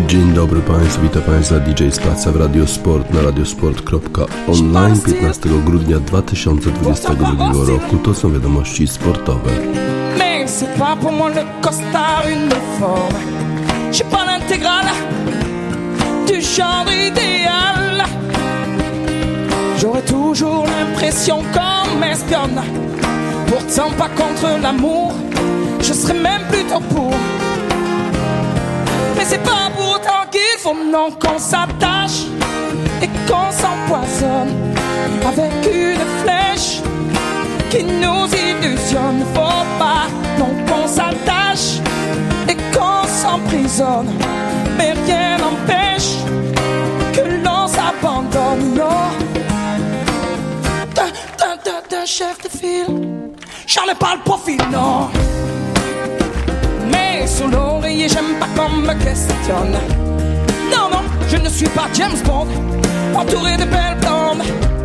Dzień dobry Państwu, witam Państwa DJ Spaca w Radiosport na radiosport.online 15 grudnia 2022 roku. To są wiadomości sportowe. Mais c'est pas pour moi le costard uniforme. J'ai pas l'intégrale du genre idéal. J'aurais toujours l'impression qu'on m'espionne. Pourtant pas contre l'amour, je serais même plutôt pour. Mais c'est pas pour autant qu'il faut non qu'on s'attache et qu'on s'empoisonne avec une flèche qui nous illusionne. Faut pas non qu'on s'attache et qu'on s'emprisonne, mais rien n'empêche que l'on s'abandonne. Non, d'un chef de file, j'en ai pas le profil, non. Mais sous l'oreiller, j'aime pas qu'on me questionne. Non, non, je ne suis pas James Bond, entouré de belles blondes.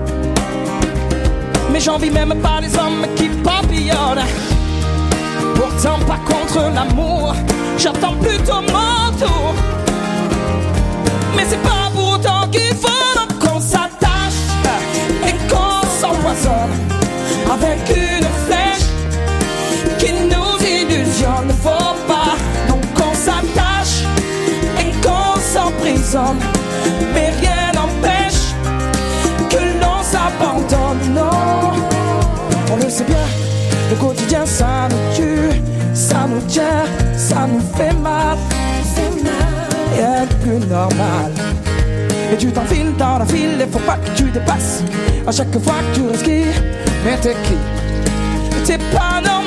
Mais j'envie même pas les hommes qui papillonnent. Pourtant pas contre l'amour, j'attends plutôt mon tour. Mais c'est pas pour autant qu'il faut qu'on s'attache et qu'on s'empoisonne avec une flèche qui nous illusionne. Faut pas non qu'on s'attache et qu'on s'emprisonne, mais rien n'empêche que l'on s'abandonne. Non, on le sait bien, le quotidien ça nous tue, ça nous tient, ça nous fait mal. Rien de plus normal. Et tu t'enfiles dans la file, et faut pas que tu dépasses à chaque fois que tu respires. Mais t'es qui? T'es pas normal.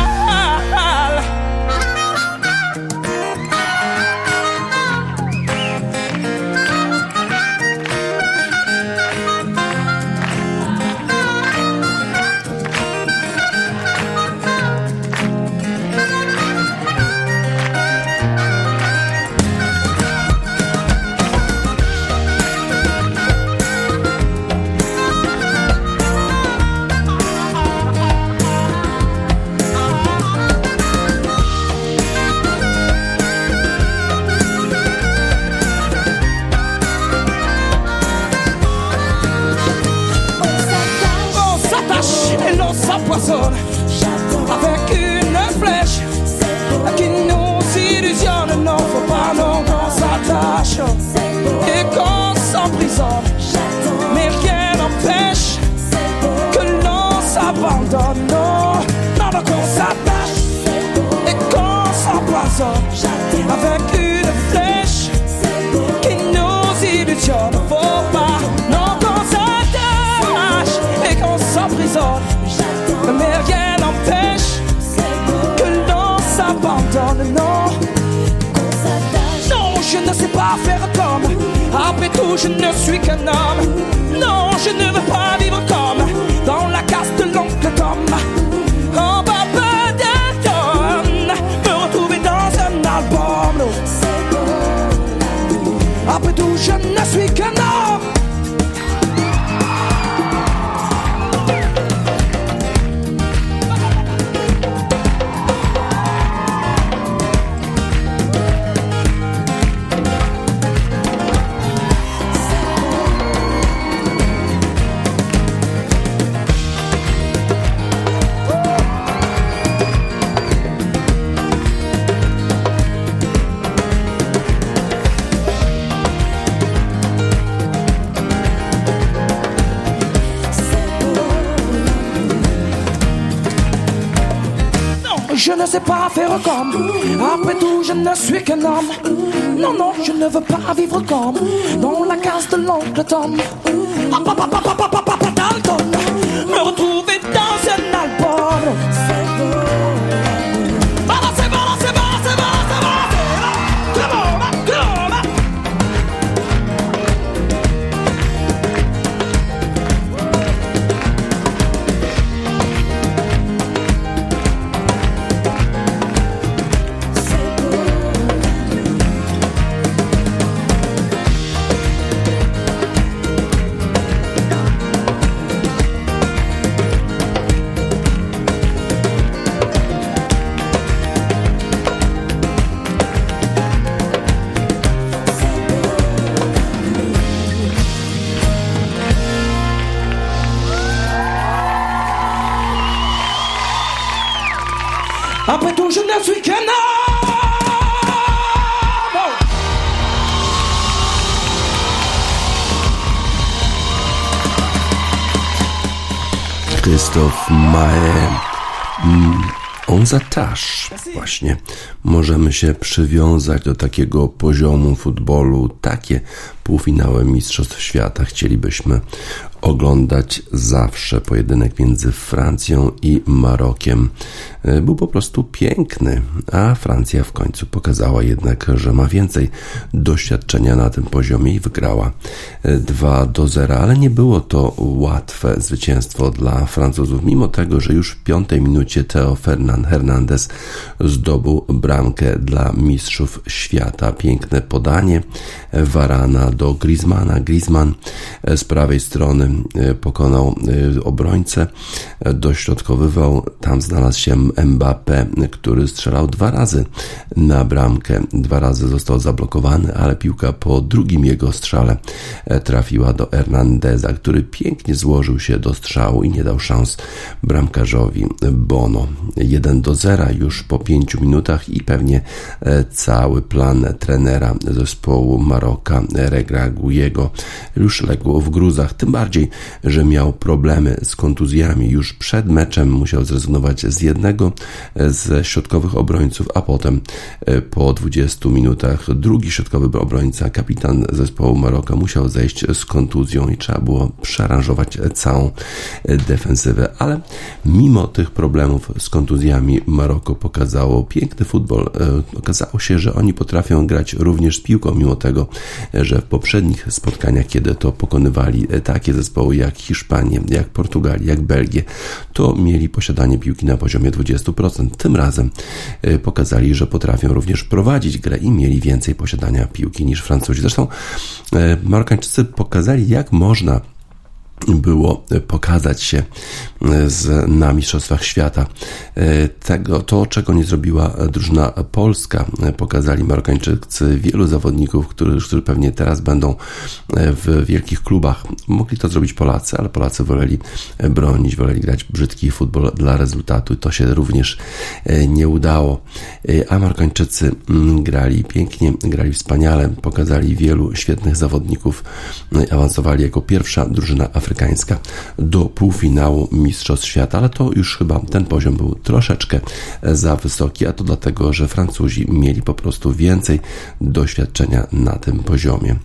Avec une flèche qui nous illusionne. Non, faut pas non qu'on s'attache et qu'on s'emprisonne, mais rien n'empêche que l'on s'abandonne. Non, non, non, qu'on s'attache et qu'on s'empoisonne avec une flèche qui nous illusionne. Faut pas non qu'on s'attache et qu'on s'emprisonne, mais rien n'empêche que l'on s'abandonne. Non, non, je ne sais pas faire comme. Après tout, je ne suis qu'un homme. Non, je ne veux pas vivre comme dans la caste de l'oncle Tom. En papa d'Elton, me retrouver dans un album. Non. Après tout, je ne suis qu'un homme. Je ne sais pas faire comme. Après tout, je ne suis qu'un homme. Non, non, je ne veux pas vivre comme dans la case de l'oncle Tom. Papa Dalton, me retrouver dans un album. Christophe Maé. On zatasz. Właśnie możemy się przywiązać do takiego poziomu futbolu. Takie półfinały Mistrzostw Świata chcielibyśmy oglądać zawsze. Pojedynek między Francją i Marokiem był po prostu piękny, a Francja w końcu pokazała jednak, że ma więcej doświadczenia na tym poziomie i wygrała 2-0, ale nie było to łatwe zwycięstwo dla Francuzów, mimo tego, że już w 5 minucie Theo Hernandez zdobył bramkę dla Mistrzów Świata. Piękne podanie Varana do Griezmana. Griezmann z prawej strony pokonał obrońcę, dośrodkowywał, tam znalazł się Mbappé, który strzelał 2 razy na bramkę, 2 razy został zablokowany, ale piłka po drugim jego strzale trafiła do Hernandeza, który pięknie złożył się do strzału i nie dał szans bramkarzowi Bono. 1-0 już po 5 minutach i pewnie cały plan trenera zespołu Maroka Regraguiego już legło w gruzach, tym bardziej, że miał problemy z kontuzjami. Już przed meczem musiał zrezygnować z jednego ze środkowych obrońców, a potem po 20 minutach drugi środkowy obrońca, kapitan zespołu Maroka, musiał zejść z kontuzją i trzeba było przearanżować całą defensywę. Ale mimo tych problemów z kontuzjami Maroko pokazało piękny futbol. Okazało się, że oni potrafią grać również z piłką, mimo tego, że w poprzednich spotkaniach, kiedy to pokonywali takie zespoły jak Hiszpanię, jak Portugalię, jak Belgię, to mieli posiadanie piłki na poziomie 20%. Tym razem pokazali, że potrafią również prowadzić grę i mieli więcej posiadania piłki niż Francuzi. Zresztą Marokańczycy pokazali, jak można było pokazać się na Mistrzostwach Świata. To, czego nie zrobiła drużyna polska, pokazali Marokańczycy wielu zawodników, którzy pewnie teraz będą w wielkich klubach. Mogli to zrobić Polacy, ale Polacy woleli bronić, woleli grać brzydki futbol dla rezultatu i to się również nie udało. A Marokańczycy grali pięknie, grali wspaniale, pokazali wielu świetnych zawodników, awansowali jako pierwsza drużyna afrykańska do półfinału Mistrzostw Świata, ale to już chyba ten poziom był troszeczkę za wysoki, a to dlatego, że Francuzi mieli po prostu więcej doświadczenia na tym poziomie.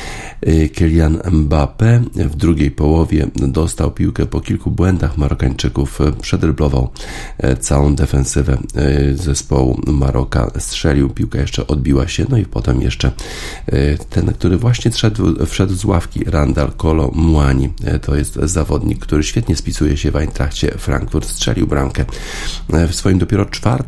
Kylian Mbappé w drugiej połowie dostał piłkę po kilku błędach Marokańczyków, przedryblował całą defensywę zespołu Maroka, strzelił, piłka jeszcze odbiła się, no i potem jeszcze ten, który właśnie wszedł z ławki, Randal Kolo Muani, to jest zawodnik, który świetnie spisuje się w Eintrachcie Frankfurt, strzelił bramkę w swoim dopiero 4.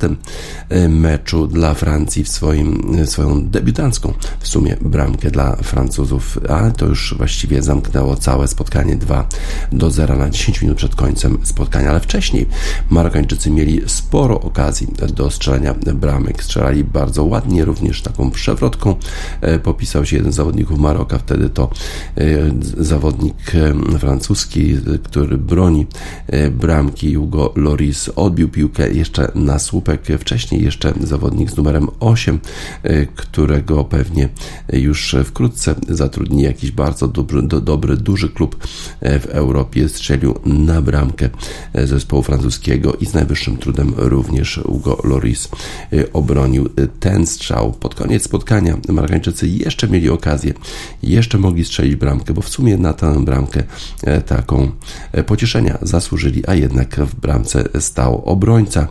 meczu dla Francji, swoją debiutancką w sumie bramkę dla Francuzów, a to już właściwie zamknęło całe spotkanie 2-0 na 10 minut przed końcem spotkania, ale wcześniej Marokańczycy mieli sporo okazji do strzelania bramek, strzelali bardzo ładnie, również taką przewrotką popisał się jeden z zawodników Maroka, wtedy to zawodnik francuski, który broni bramki, Hugo Lloris, odbił piłkę jeszcze na słupek, wcześniej jeszcze zawodnik z numerem 8, którego pewnie już wkrótce zatrudni jakiś bardzo dobry, duży klub w Europie, strzelił na bramkę zespołu francuskiego i z najwyższym trudem również Hugo Lloris obronił ten strzał. Pod koniec spotkania Marokańczycy jeszcze mieli okazję, jeszcze mogli strzelić bramkę, bo w sumie na tę bramkę taką pocieszenia zasłużyli, a jednak w bramce stał obrońca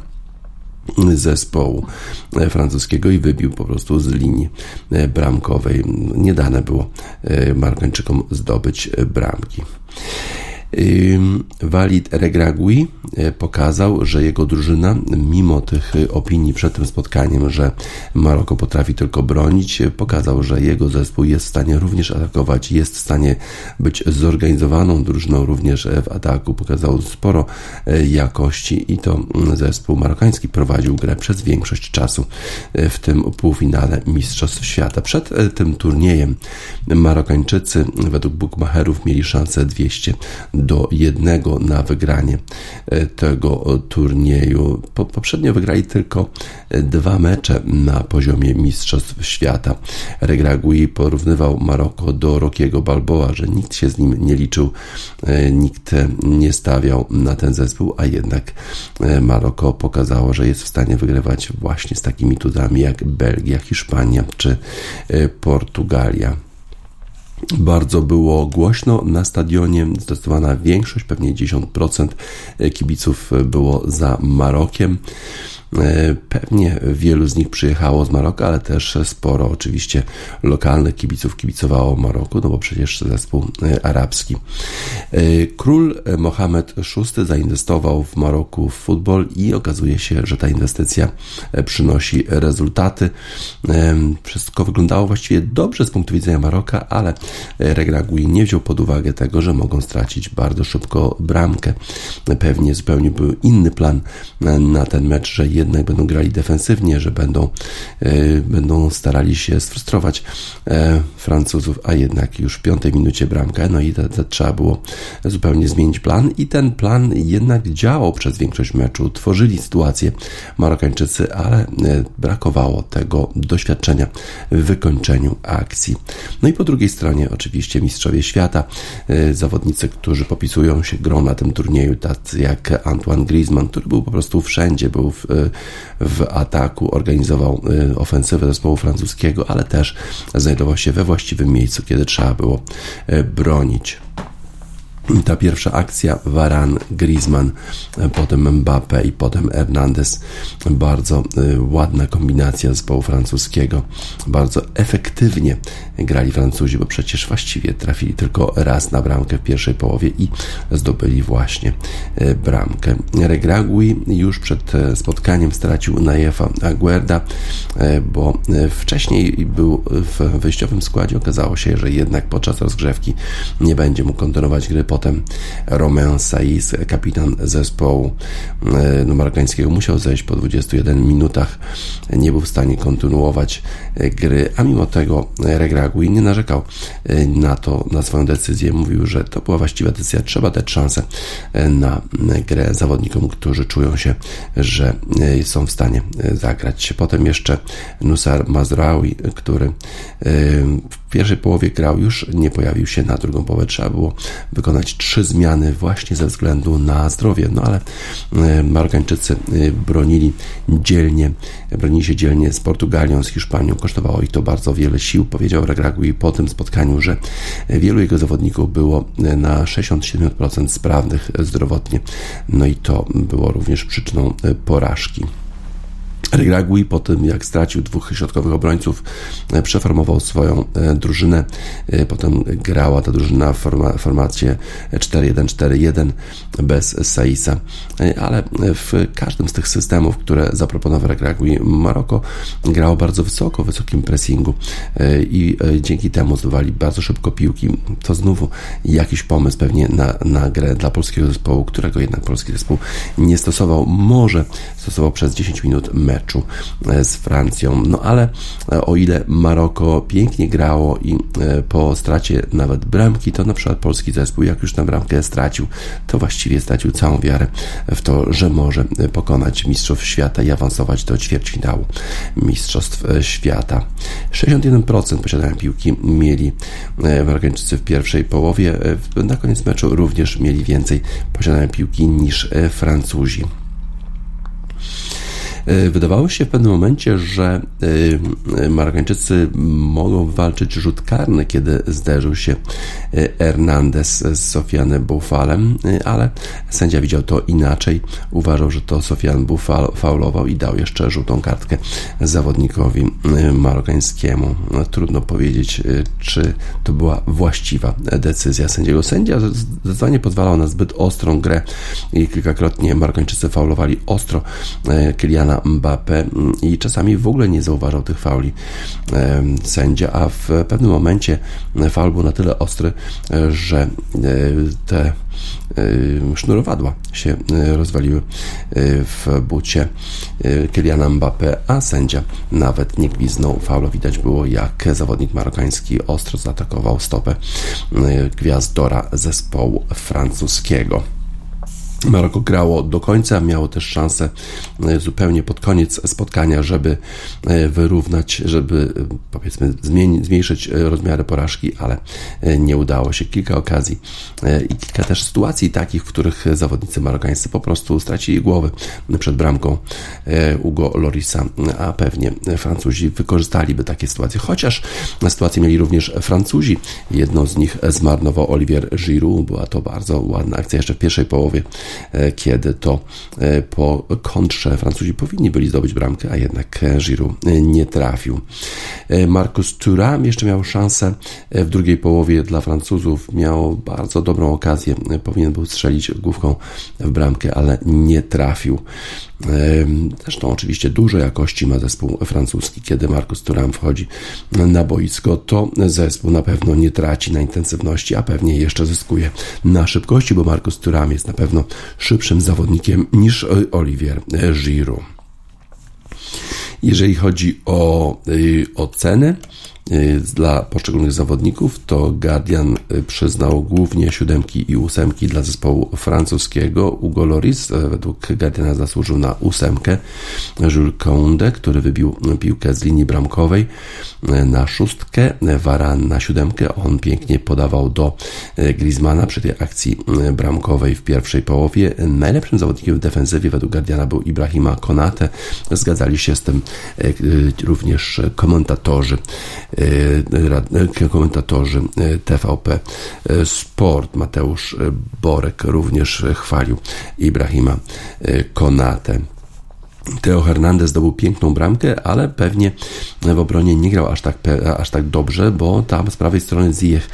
zespołu francuskiego i wybił po prostu z linii bramkowej. Nie dane było Marokańczykom zdobyć bramki. Walid Regragui pokazał, że jego drużyna, mimo tych opinii przed tym spotkaniem, że Maroko potrafi tylko bronić, pokazał, że jego zespół jest w stanie również atakować, jest w stanie być zorganizowaną drużyną również w ataku. Pokazał sporo jakości i to zespół marokański prowadził grę przez większość czasu w tym półfinale Mistrzostw Świata. Przed tym turniejem Marokańczycy według bookmacherów mieli szansę 200 2-1 na wygranie tego turnieju. Poprzednio wygrali tylko 2 mecze na poziomie Mistrzostw Świata. Regragui porównywał Maroko do Rockiego Balboa, że nikt się z nim nie liczył, nikt nie stawiał na ten zespół, a jednak Maroko pokazało, że jest w stanie wygrywać właśnie z takimi cudami jak Belgia, Hiszpania czy Portugalia. Bardzo było głośno na stadionie, zdecydowana większość, pewnie 10% kibiców było za Marokiem. Pewnie wielu z nich przyjechało z Maroka, ale też sporo oczywiście lokalnych kibiców kibicowało Maroku, no bo przecież zespół arabski. Król Mohamed VI zainwestował w Maroku w futbol i okazuje się, że ta inwestycja przynosi rezultaty. Wszystko wyglądało właściwie dobrze z punktu widzenia Maroka, ale Regragui nie wziął pod uwagę tego, że mogą stracić bardzo szybko bramkę. Pewnie zupełnie był inny plan na ten mecz, że jednak będą grali defensywnie, że będą starali się sfrustrować Francuzów, a jednak już w 5 minucie bramka, no i trzeba było zupełnie zmienić plan i ten plan jednak działał przez większość meczu. Tworzyli sytuację Marokańczycy, ale brakowało tego doświadczenia w wykończeniu akcji. No i po drugiej stronie oczywiście mistrzowie świata, zawodnicy, którzy popisują się grą na tym turnieju, tacy jak Antoine Griezmann, który był po prostu wszędzie, był w ataku, organizował ofensywę zespołu francuskiego, ale też znajdował się we właściwym miejscu, kiedy trzeba było bronić. Ta pierwsza akcja, Varane, Griezmann, potem Mbappé i potem Hernandez. Bardzo ładna kombinacja zespołu francuskiego. Bardzo efektywnie grali Francuzi, bo przecież właściwie trafili tylko raz na bramkę w pierwszej połowie i zdobyli właśnie bramkę. Regragui już przed spotkaniem stracił Nayefa Aguerda, bo wcześniej był w wyjściowym składzie. Okazało się, że jednak podczas rozgrzewki nie będzie mógł kontynuować gry. Potem Romain Saiz, kapitan zespołu marokańskiego, musiał zejść po 21 minutach. Nie był w stanie kontynuować gry, a mimo tego Regragui nie narzekał na swoją decyzję. Mówił, że to była właściwa decyzja. Trzeba dać szansę na grę zawodnikom, którzy czują się, że są w stanie zagrać. Potem jeszcze Nusar Mazraoui, który w pierwszej połowie grał, już nie pojawił się na drugą połowę. Trzeba było wykonać 3 zmiany właśnie ze względu na zdrowie. No ale Marokańczycy bronili się dzielnie z Portugalią, z Hiszpanią. Kosztowało ich to bardzo wiele sił. Powiedział Regragui po tym spotkaniu, że wielu jego zawodników było na 67% sprawnych zdrowotnie. No i to było również przyczyną porażki. Regragui po tym, jak stracił 2 środkowych obrońców, przeformował swoją drużynę. Potem grała ta drużyna w formacie 4-1-4-1 bez Saisa. Ale w każdym z tych systemów, które zaproponował Regragui, Maroko grało bardzo wysoko, w wysokim pressingu i dzięki temu zdobywali bardzo szybko piłki. To znowu jakiś pomysł pewnie na grę dla polskiego zespołu, którego jednak polski zespół nie stosował. Może stosował przez 10 minut meczu z Francją. No ale o ile Maroko pięknie grało i po stracie nawet bramki, to na przykład polski zespół, jak już tę bramkę stracił, to właściwie stracił całą wiarę w to, że może pokonać mistrzów świata i awansować do ćwierćfinału mistrzostw świata. 61% posiadania piłki mieli Marokańczycy w pierwszej połowie. Na koniec meczu również mieli więcej posiadania piłki niż Francuzi. Wydawało się w pewnym momencie, że Marokańczycy mogą walczyć rzut karny, kiedy zderzył się Hernandez z Sofiane Boufalem, ale sędzia widział to inaczej. Uważał, że to Sofiane Boufal faulował i dał jeszcze żółtą kartkę zawodnikowi marokańskiemu. Trudno powiedzieć, czy to była właściwa decyzja sędziego. Sędzia zdecydowanie pozwalał na zbyt ostrą grę i kilkakrotnie Marokańczycy faulowali ostro Kyliana Kyliana Mbappé i czasami w ogóle nie zauważał tych fauli sędzia, a w pewnym momencie faul był na tyle ostry, że te sznurowadła się rozwaliły w bucie Kyliana Mbappé, a sędzia nawet nie gwizdnął. Faulu widać było, jak zawodnik marokański ostro zaatakował stopę gwiazdora zespołu francuskiego. Maroko grało do końca, miało też szansę zupełnie pod koniec spotkania, żeby wyrównać, żeby powiedzmy zmniejszyć rozmiary porażki, ale nie udało się. Kilka okazji i kilka też sytuacji takich, w których zawodnicy marokańscy po prostu stracili głowy przed bramką Hugo Llorisa, a pewnie Francuzi wykorzystaliby takie sytuacje, chociaż na sytuację mieli również Francuzi. Jedną z nich zmarnował Olivier Giroud, była to bardzo ładna akcja jeszcze w pierwszej połowie, kiedy to po kontrze Francuzi powinni byli zdobyć bramkę, a jednak Giroud nie trafił. Marcus Thuram jeszcze miał szansę w drugiej połowie dla Francuzów, miał bardzo dobrą okazję, powinien był strzelić główką w bramkę, ale nie trafił. Zresztą oczywiście dużo jakości ma zespół francuski. Kiedy Marcus Thuram wchodzi na boisko, to zespół na pewno nie traci na intensywności, a pewnie jeszcze zyskuje na szybkości, bo Marcus Thuram jest na pewno szybszym zawodnikiem niż Olivier Giroud. Jeżeli chodzi o oceny dla poszczególnych zawodników, to Guardian przyznał głównie 7 i 8 dla zespołu francuskiego. Hugo Lloris według Guardiana zasłużył na 8. Jules Koundé, który wybił piłkę z linii bramkowej, na 6. Varane na 7. On pięknie podawał do Griezmana przy tej akcji bramkowej w pierwszej połowie. Najlepszym zawodnikiem w defensywie według Guardiana był Ibrahima Konaté. Zgadzali się z tym również komentatorzy TVP Sport. Mateusz Borek również chwalił Ibrahima Konaté. Theo Hernandez zdobył piękną bramkę, ale pewnie w obronie nie grał aż tak dobrze, bo tam z prawej strony Ziyech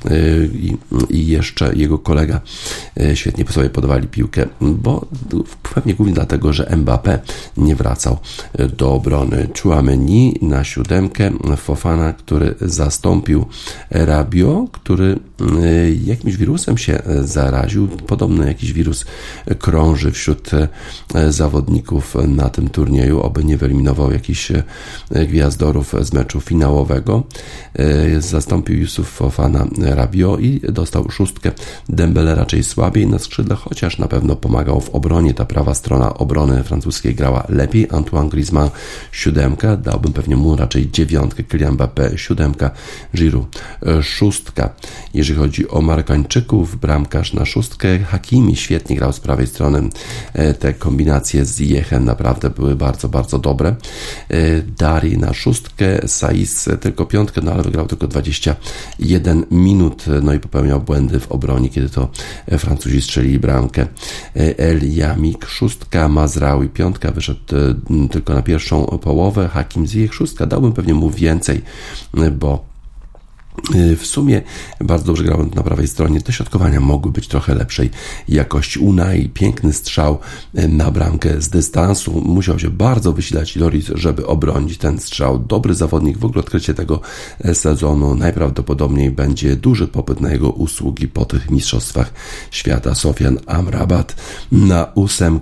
i jeszcze jego kolega świetnie po sobie podawali piłkę, bo pewnie głównie dlatego, że Mbappé nie wracał do obrony. Tchouaméni na 7, Fofana, który zastąpił Rabiot, który jakimś wirusem się zaraził. Podobno jakiś wirus krąży wśród zawodników na tym turnieju, oby nie wyeliminował jakichś gwiazdorów z meczu finałowego. Zastąpił Youssouf Fofana Rabiot i dostał 6. Dembele raczej słabiej na skrzydle, chociaż na pewno pomagał w obronie. Ta prawa strona obrony francuskiej grała lepiej. Antoine Griezmann 7, dałbym pewnie mu raczej 9. Kylian Mbappé 7, Giroud 6. Jeżeli chodzi o Marokańczyków, bramkarz na 6, Hakimi świetnie grał z prawej strony. Te kombinacje z Ziyechem naprawdę były bardzo, bardzo dobre. Dari na 6, Saiss tylko 5, no ale wygrał tylko 21 minut, no i popełniał błędy w obronie, kiedy to Francuzi strzelili bramkę. El Yamik 6, Mazraoui 5, wyszedł tylko na pierwszą połowę. Hakim Ziyech 6, dałbym pewnie mu więcej, bo w sumie bardzo dobrze grał na prawej stronie. Dośrodkowania mogły być trochę lepszej jakości. Unai, piękny strzał na bramkę z dystansu. Musiał się bardzo wysilać Lloris, żeby obronić ten strzał. Dobry zawodnik, w ogóle odkrycie tego sezonu. Najprawdopodobniej będzie duży popyt na jego usługi po tych mistrzostwach świata. Sofian Amrabat na 8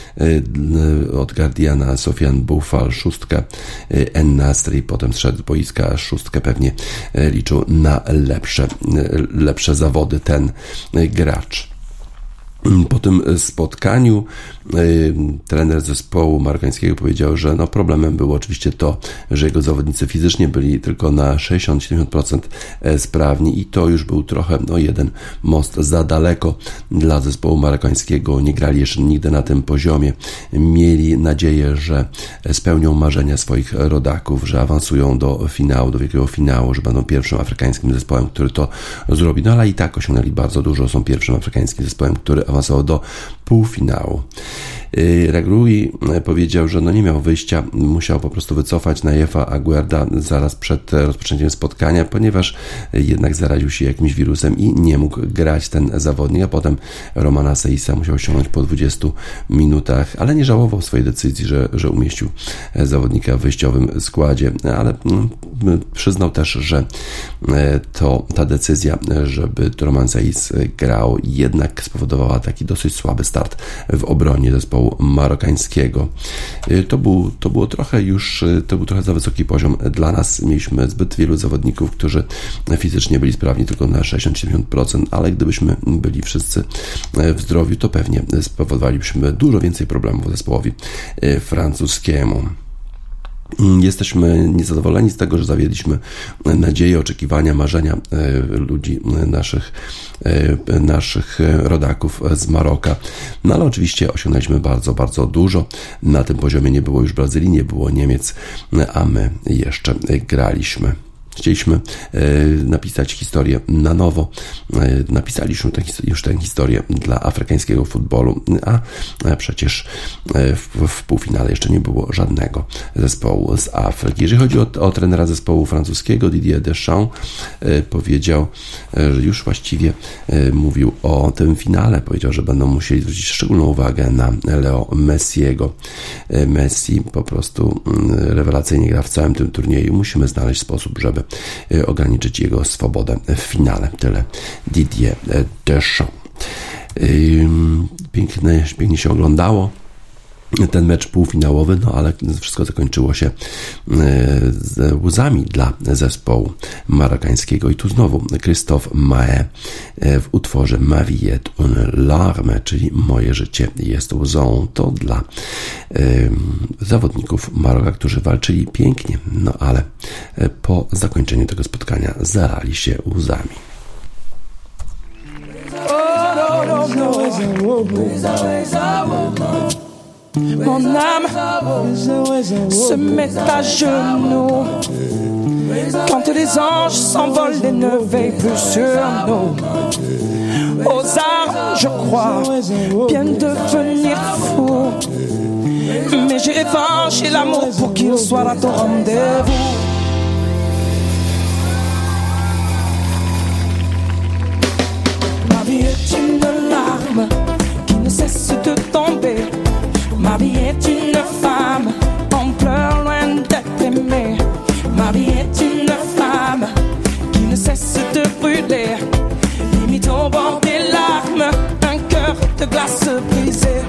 od Guardiana, Sofian Boufal 6, En-Nasri potem zszedł z boiska, 6 pewnie liczył na lepsze zawody ten gracz. Po tym spotkaniu trener zespołu marokańskiego powiedział, że problemem było oczywiście to, że jego zawodnicy fizycznie byli tylko na 60-70% sprawni i to już był trochę jeden most za daleko dla zespołu marokańskiego. Nie grali jeszcze nigdy na tym poziomie. Mieli nadzieję, że spełnią marzenia swoich rodaków, że awansują do finału, do wielkiego finału, że będą pierwszym afrykańskim zespołem, który to zrobi. No ale i tak osiągnęli bardzo dużo. Są pierwszym afrykańskim zespołem, który awansował do półfinału. Regragui powiedział, że nie miał wyjścia, musiał po prostu wycofać Nayefa Aguerda zaraz przed rozpoczęciem spotkania, ponieważ jednak zaraził się jakimś wirusem i nie mógł grać ten zawodnik, a potem Romana Seisa musiał ściągnąć po 20 minutach, ale nie żałował swojej decyzji, że umieścił zawodnika w wyjściowym składzie, ale przyznał też, że ta decyzja, żeby Roman Seiss grał, jednak spowodowała taki dosyć słaby start w obronie zespołu marokańskiego. To był trochę za wysoki poziom dla nas. Mieliśmy zbyt wielu zawodników, którzy fizycznie byli sprawni tylko na 60-70%, ale gdybyśmy byli wszyscy w zdrowiu, to pewnie spowodowalibyśmy dużo więcej problemów zespołowi francuskiemu. Jesteśmy niezadowoleni z tego, że zawiedliśmy nadzieje, oczekiwania, marzenia ludzi, naszych rodaków z Maroka. No ale oczywiście osiągnęliśmy bardzo, bardzo dużo. Na tym poziomie nie było już Brazylii, nie było Niemiec, a my jeszcze graliśmy. Chcieliśmy napisać historię na nowo. Napisaliśmy już tę historię dla afrykańskiego futbolu, a przecież w półfinale jeszcze nie było żadnego zespołu z Afryki. Jeżeli chodzi o trenera zespołu francuskiego, Didier Deschamps powiedział, że już właściwie mówił o tym finale. Powiedział, że będą musieli zwrócić szczególną uwagę na Leo Messiego. Messi po prostu rewelacyjnie gra w całym tym turnieju. Musimy znaleźć sposób, żeby ograniczyć jego swobodę w finale. Tyle Didier Deschamps. Pięknie się oglądało ten mecz półfinałowy, ale wszystko zakończyło się z łzami dla zespołu marokańskiego. I tu znowu Christophe Mahé w utworze Ma vie est une larme, czyli moje życie jest łzą. To dla zawodników Maroka, którzy walczyli pięknie, ale po zakończeniu tego spotkania zalali się łzami. Mon âme se met à genoux quand les anges s'envolent et ne veillent plus sur nous. Aux armes, je crois bien devenir fou, mais j'ai revanché l'amour pour qu'il soit à ton rendez-vous. Ma vie est une larme qui ne cesse de tomber. Ma vie est une femme en pleurs loin d'être aimée. Ma vie est une femme qui ne cesse de brûler, limite au bord des larmes, un cœur de glace brisé.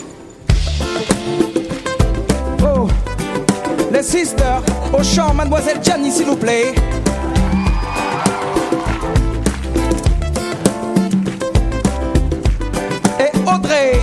Oh, les sisters, au chant, mademoiselle Gianni s'il vous plaît. Et Audrey.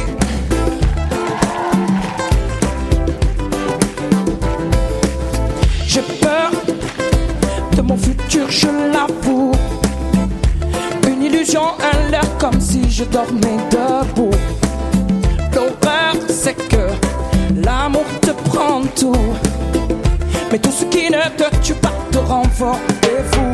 J'ai peur de mon futur, je l'avoue. Une illusion, un leurre, comme si je dormais debout. L'horreur, c'est que l'amour te prend tout, mais tout ce qui ne te tue pas te rend fort et fou.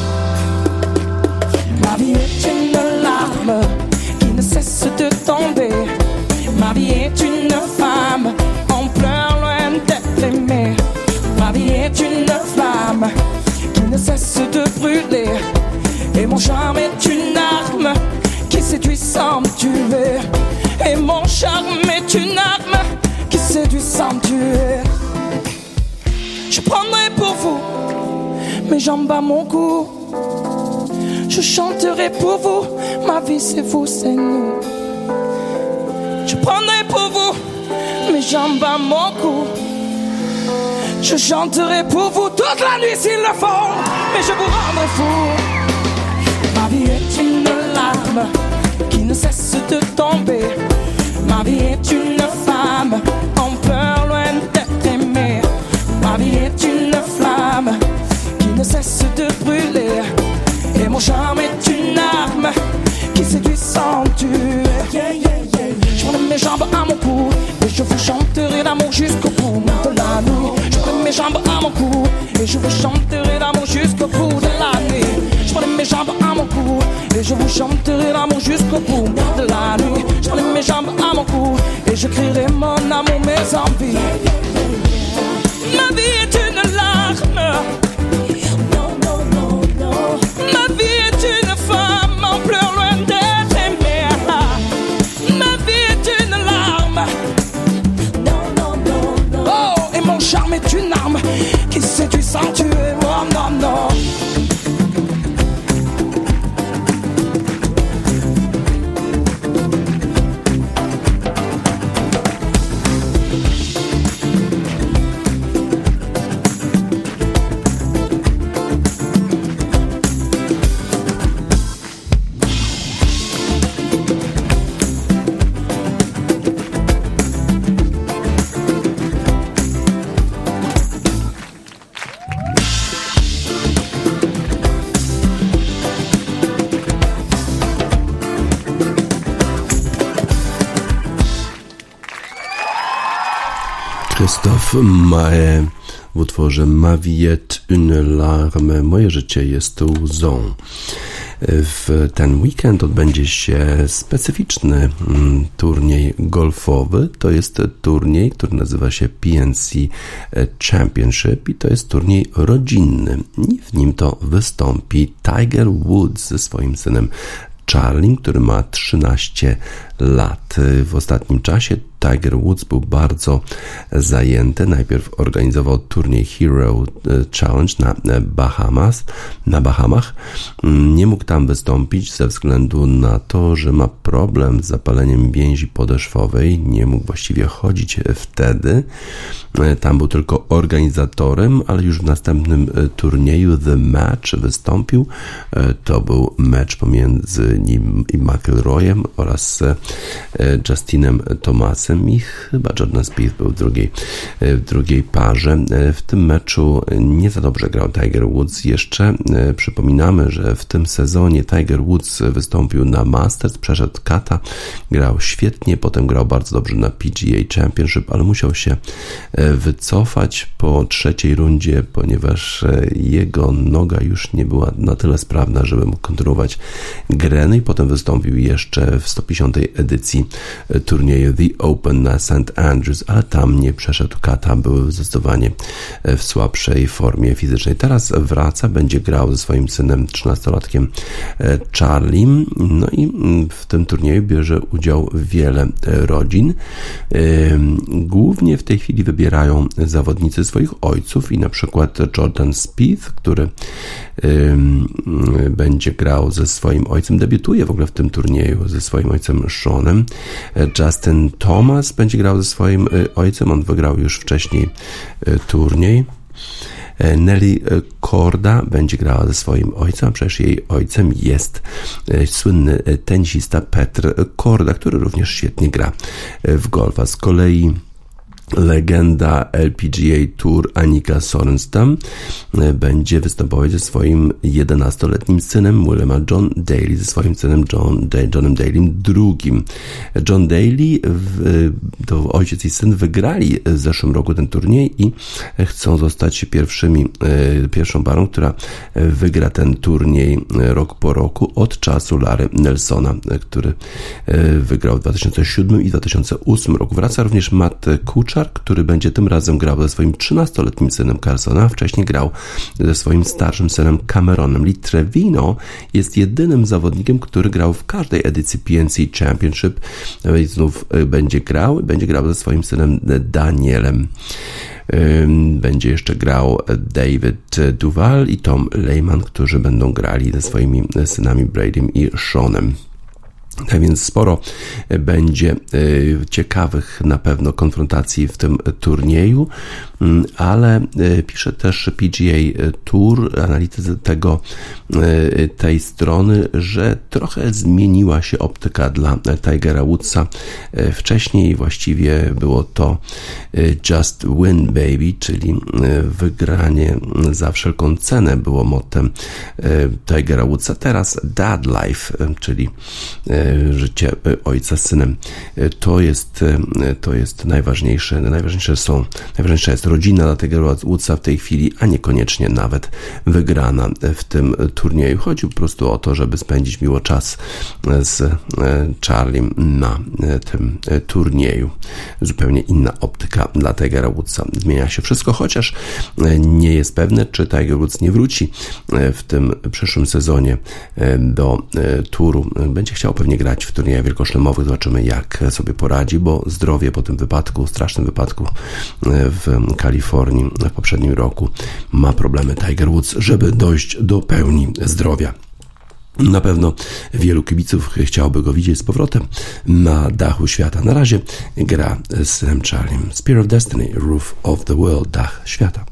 Ma vie est une larme qui ne cesse de tomber. Ma vie est une femme en pleurs loin d'être aimée. Ma vie est une flamme qui ne cesse de brûler, et mon charme est une arme qui séduit sans me tuer. Et mon charme est une arme qui séduit sans me tuer. Je prendrai pour vous mes jambes à mon cou. Je chanterai pour vous, ma vie c'est vous, c'est nous. Je prendrai pour vous mes jambes à mon cou. Je chanterai pour vous toute la nuit s'il le faut, mais je vous rendrai fou. Ma vie est une larme qui ne cesse de tomber. Ma vie est une femme en pleurs loin d'être aimée. Ma vie est une flamme qui ne cesse de brûler, et mon charme est une arme qui séduit sans tuer. Je prends mes jambes à mon cou et je vous chanterai l'amour jusqu'au bout de la nuit. Je prends mes jambes à mon cou et je vous chanterai l'amour jusqu'au bout de la nuit. Je prends mes jambes à mon cou et je vous chanterai l'amour jusqu'au bout de la nuit. J'en ai mes jambes à mon cou et je crierai mon amour, mes envies. Ma vie est une larme. Ma vie est une femme en pleurs loin d'être aimée. Ma vie est une larme. Oh, et mon charme est une arme qui séduit sans tuer. Oh non, non. Christophe Maé w utworze Ma vie est une larme. Moje życie jest łzą. W ten weekend odbędzie się specyficzny turniej golfowy. To jest turniej, który nazywa się PNC Championship i to jest turniej rodzinny. I w nim to wystąpi Tiger Woods ze swoim synem Charlie, który ma 13 lat. W ostatnim czasie Tiger Woods był bardzo zajęty. Najpierw organizował turniej Hero Challenge na Bahamach. Nie mógł tam wystąpić ze względu na to, że ma problem z zapaleniem więzi podeszwowej. Nie mógł właściwie chodzić wtedy. Tam był tylko organizatorem, ale już w następnym turnieju The Match wystąpił. To był mecz pomiędzy nim i McIlroyem oraz Justinem Thomasem i chyba Jordan Spieth był w drugiej parze. W tym meczu nie za dobrze grał Tiger Woods. Jeszcze przypominamy, że w tym sezonie Tiger Woods wystąpił na Masters, przeszedł kata, grał świetnie, potem grał bardzo dobrze na PGA Championship, ale musiał się wycofać po trzeciej rundzie, ponieważ jego noga już nie była na tyle sprawna, żeby mógł kontynuować grę. No i potem wystąpił jeszcze w 150. edycji turnieju The Open na St. Andrews, ale tam nie przeszedł kata, był zdecydowanie w słabszej formie fizycznej. Teraz wraca, będzie grał ze swoim synem 13-latkiem Charlie. No i w tym turnieju bierze udział wiele rodzin. Głównie w tej chwili wybierają zawodnicy swoich ojców i na przykład Jordan Spieth, który będzie grał ze swoim ojcem, debiutuje w ogóle w tym turnieju ze swoim ojcem Seanem. Justin Thomas będzie grał ze swoim ojcem, on wygrał już wcześniej turniej. Nelly Korda będzie grała ze swoim ojcem, a przecież jej ojcem jest słynny tenisista Petr Korda, który również świetnie gra w golfa. Z kolei legenda LPGA Tour Annika Sorenstam będzie występować ze swoim 11-letnim synem Williamem John Daly, ze swoim synem Johnem Dalym II. John Daly, to ojciec i syn, wygrali w zeszłym roku ten turniej i chcą zostać pierwszą parą, która wygra ten turniej rok po roku od czasu Larry Nelsona, który wygrał w 2007 i 2008 roku. Wraca również Matt Kuchar, który będzie tym razem grał ze swoim 13-letnim synem Carsona, wcześniej grał ze swoim starszym synem Cameronem. Lee Trevino jest jedynym zawodnikiem, który grał w każdej edycji PNC Championship. Znów będzie grał ze swoim synem Danielem. Będzie jeszcze grał David Duval i Tom Lehman, którzy będą grali ze swoimi synami Bradym i Seanem. Tak więc sporo będzie ciekawych na pewno konfrontacji w tym turnieju, ale pisze też PGA Tour, analitycy tej strony, że trochę zmieniła się optyka dla Tigera Woodsa. Wcześniej właściwie było to Just Win Baby, czyli wygranie za wszelką cenę było mottem Tigera Woodsa. Teraz Dad Life, czyli życie ojca z synem. To jest najważniejsze jest rodzina dla Tigera Woodsa w tej chwili, a niekoniecznie nawet wygrana w tym turnieju. Chodzi po prostu o to, żeby spędzić miło czas z Charliem na tym turnieju. Zupełnie inna optyka dla Tigera Woodsa. Zmienia się wszystko, chociaż nie jest pewne, czy Tiger Woods nie wróci w tym przyszłym sezonie do turu. Będzie chciał pewnie grać w turniejach wielkoszlemowych. Zobaczymy, jak sobie poradzi, bo zdrowie po tym wypadku, strasznym wypadku w Kalifornii w poprzednim roku, ma problemy Tiger Woods, żeby dojść do pełni zdrowia. Na pewno wielu kibiców chciałoby go widzieć z powrotem na dachu świata. Na razie gra z Charliem. Spear of Destiny, Roof of the World, dach świata.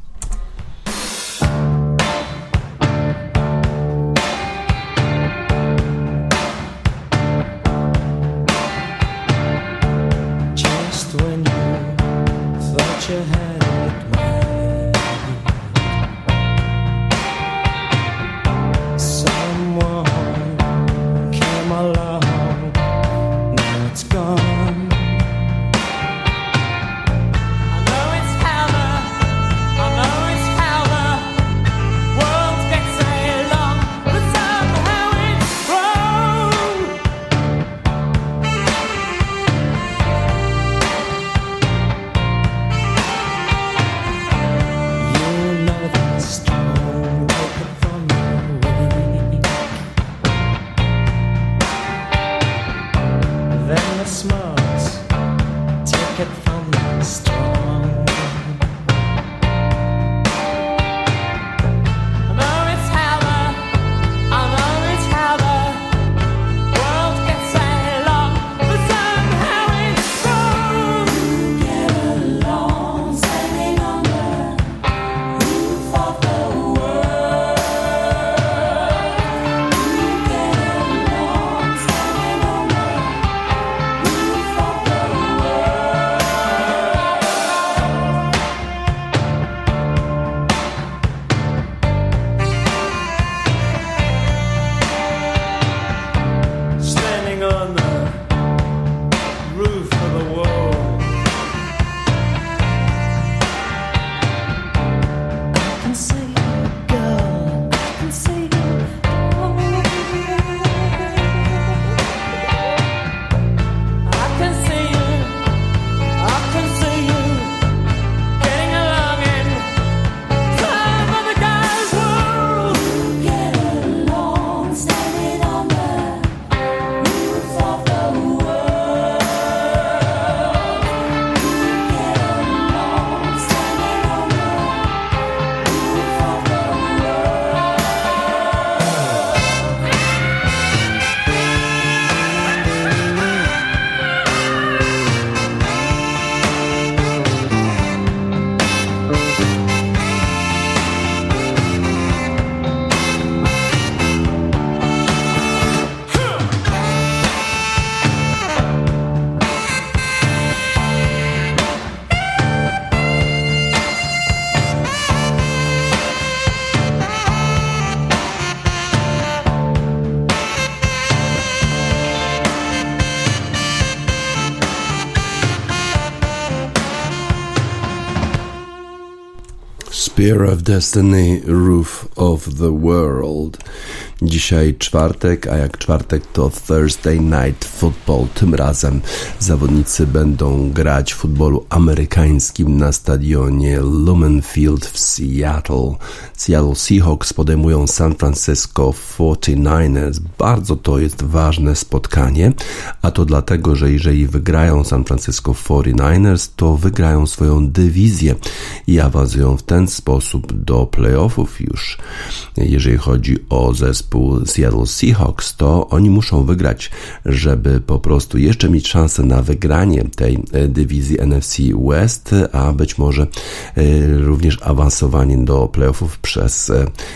Spear of Destiny, Roof of the World. Dzisiaj czwartek, a jak czwartek to Thursday Night Football. Tym razem zawodnicy będą grać w futbolu amerykańskim na stadionie Lumen Field w Seattle. Seattle Seahawks podejmują San Francisco 49ers. Bardzo to jest ważne spotkanie, a to dlatego, że jeżeli wygrają San Francisco 49ers, to wygrają swoją dywizję i awansują w ten sposób do playoffów już. Jeżeli chodzi o zespół Seattle Seahawks, to oni muszą wygrać, żeby po prostu jeszcze mieć szansę na wygranie tej dywizji NFC West, a być może również awansowanie do playoffów przez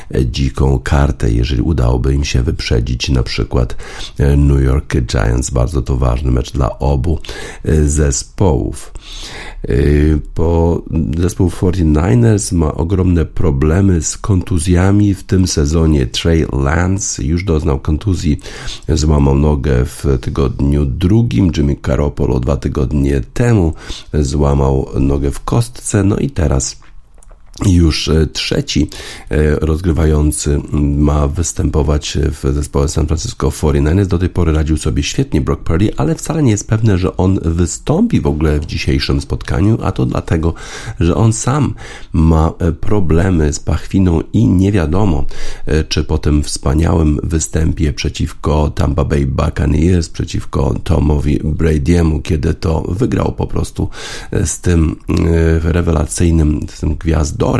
dziką kartę, jeżeli udałoby im się wyprzedzić na przykład New York Giants. Bardzo to ważny mecz dla obu zespołów. Bo zespół 49ers ma ogromne problemy z kontuzjami. W tym sezonie Trey Lance już doznał kontuzji, złamał nogę w tygodniu drugim. Jimmy Garoppolo 2 tygodnie temu złamał nogę w kostce. No i teraz już trzeci rozgrywający ma występować w zespole San Francisco 49ers. Do tej pory radził sobie świetnie Brock Purdy, ale wcale nie jest pewne, że on wystąpi w ogóle w dzisiejszym spotkaniu, a to dlatego, że on sam ma problemy z pachwiną i nie wiadomo, czy po tym wspaniałym występie przeciwko Tampa Bay Buccaneers, przeciwko Tomowi Brady'emu, kiedy to wygrał po prostu z tym rewelacyjnym, z tym gwiazdorem,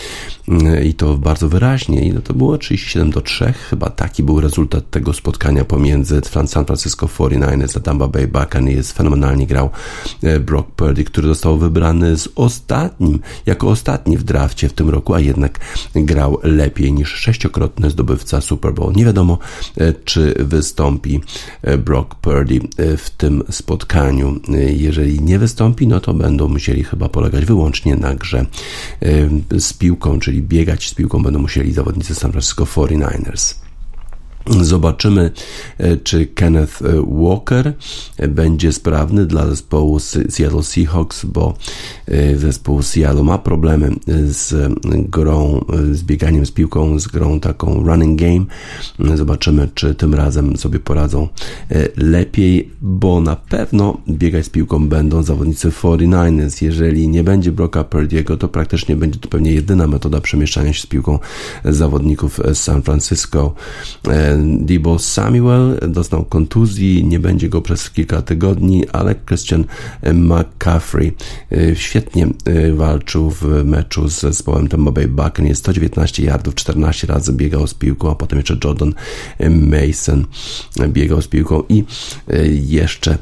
i to bardzo wyraźnie, i to było 37-3, chyba taki był rezultat tego spotkania pomiędzy San Francisco 49ers a Tampa Bay Buccaneers. Fenomenalnie grał Brock Purdy, który został wybrany jako ostatni w drafcie w tym roku, a jednak grał lepiej niż 6-krotny zdobywca Super Bowl. Nie wiadomo, czy wystąpi Brock Purdy w tym spotkaniu. Jeżeli nie wystąpi, no to będą musieli chyba polegać wyłącznie na grze z piłką, czyli biegać z piłką będą musieli zawodnicy San Francisco 49ers. Zobaczymy, czy Kenneth Walker będzie sprawny dla zespołu Seattle Seahawks, bo zespół Seattle ma problemy z grą, z bieganiem z piłką, z grą taką running game. Zobaczymy, czy tym razem sobie poradzą lepiej, bo na pewno biegać z piłką będą zawodnicy 49ers. Jeżeli nie będzie Brocka Purdy'ego, to praktycznie będzie to pewnie jedyna metoda przemieszczania się z piłką zawodników z San Francisco. Deebo Samuel doznał kontuzji, nie będzie go przez kilka tygodni, ale Christian McCaffrey świetnie walczył w meczu z zespołem Tampa Bay Buccaneers. 119 yardów, 14 razy biegał z piłką, a potem jeszcze Jordan Mason biegał z piłką i jeszcze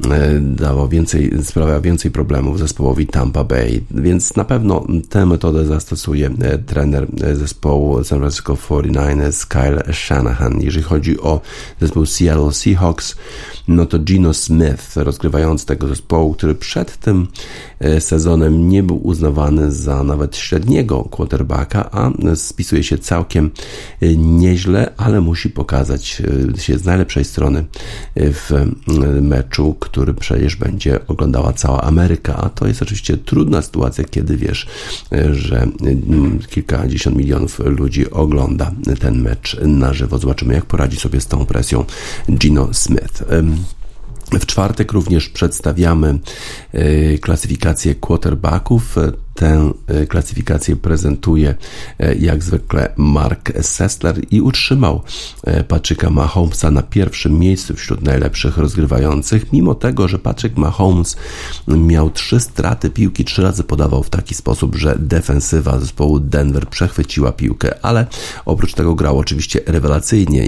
sprawiał więcej problemów zespołowi Tampa Bay, więc na pewno tę metodę zastosuje trener zespołu San Francisco 49ers Kyle Shanahan. Jeżeli chodzi o zespół Seattle Seahawks, no to Geno Smith, rozgrywający tego zespołu, który przed tym sezonem nie był uznawany za nawet średniego quarterbacka, a spisuje się całkiem nieźle, ale musi pokazać się z najlepszej strony w meczu, który przecież będzie oglądała cała Ameryka, a to jest oczywiście trudna sytuacja, kiedy wiesz, że kilkadziesiąt milionów ludzi ogląda ten mecz na żywo. Zobaczymy, jak poradzi sobie z tą presją Geno Smith. W czwartek również przedstawiamy klasyfikację quarterbacków. Tę klasyfikację prezentuje jak zwykle Mark Sessler i utrzymał Patricka Mahomesa na pierwszym miejscu wśród najlepszych rozgrywających, mimo tego, że Patrick Mahomes miał 3 straty piłki, 3 razy podawał w taki sposób, że defensywa zespołu Denver przechwyciła piłkę, ale oprócz tego grał oczywiście rewelacyjnie.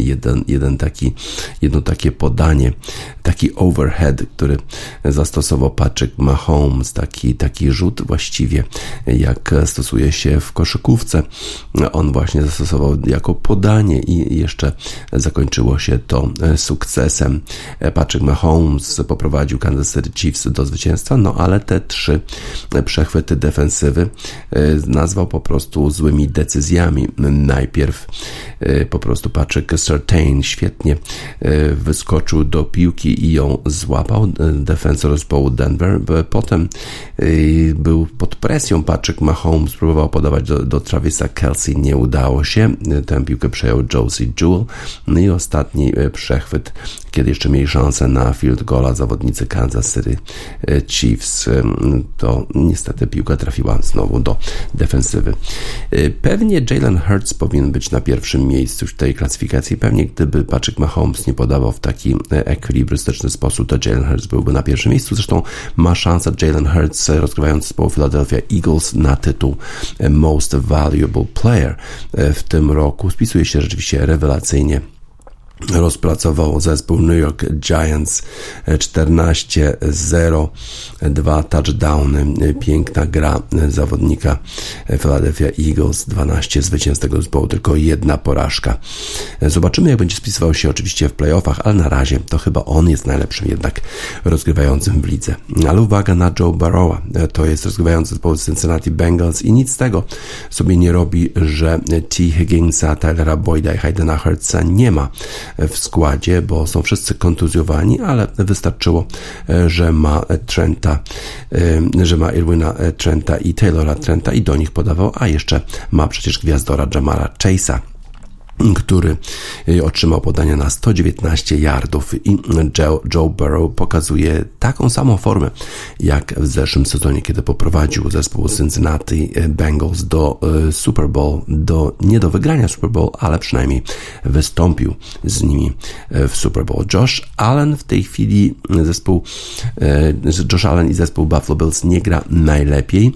Jedno takie podanie, taki overhead, który zastosował Patrick Mahomes, taki rzut właściwie jak stosuje się w koszykówce. On właśnie zastosował jako podanie i jeszcze zakończyło się to sukcesem. Patrick Mahomes poprowadził Kansas City Chiefs do zwycięstwa, no ale te 3 przechwyty defensywy nazwał po prostu złymi decyzjami. Najpierw po prostu Patrick Surtain świetnie wyskoczył do piłki i ją złapał, defensor zespołu Denver. Potem był pod presją Patrick Mahomes, próbował podawać do Travisa Kelce, nie udało się. Tę piłkę przejął Josie Jewell. No i ostatni przechwyt, kiedy jeszcze mieli szansę na field goala zawodnicy Kansas City Chiefs, to niestety piłka trafiła znowu do defensywy. Pewnie Jalen Hurts powinien być na pierwszym miejscu w tej klasyfikacji. Pewnie gdyby Patrick Mahomes nie podawał w taki ekwilibrystyczny sposób, to Jalen Hurts byłby na pierwszym miejscu. Zresztą ma szansę Jalen Hurts, rozgrywający zespołu Philadelphia Eagles, na tytuł Most Valuable Player w tym roku. Spisuje się rzeczywiście rewelacyjnie rozpracował zespół New York Giants 14-0, 2 touchdowny, piękna gra zawodnika Philadelphia Eagles, 12 zwycięstw tego zespołu, tylko 1 porażka. Zobaczymy, jak będzie spisywał się oczywiście w playoffach, ale na razie to chyba on jest najlepszym jednak rozgrywającym w lidze. Ale uwaga na Joe Burrowa, to jest rozgrywający zespołu Cincinnati Bengals i nic z tego sobie nie robi, że T. Higginsa, Tylera Boyda i Haydena Hurtsa nie ma w składzie, bo są wszyscy kontuzjowani, ale wystarczyło, że ma Irwina Trenta i Taylora Trenta i do nich podawał, a jeszcze ma przecież gwiazdora Jamara Chase'a, który otrzymał podania na 119 yardów i Joe Burrow pokazuje taką samą formę jak w zeszłym sezonie, kiedy poprowadził zespół Cincinnati Bengals do Super Bowl, nie do wygrania Super Bowl, ale przynajmniej wystąpił z nimi w Super Bowl. Josh Allen w tej chwili Josh Allen i zespół Buffalo Bills nie gra najlepiej.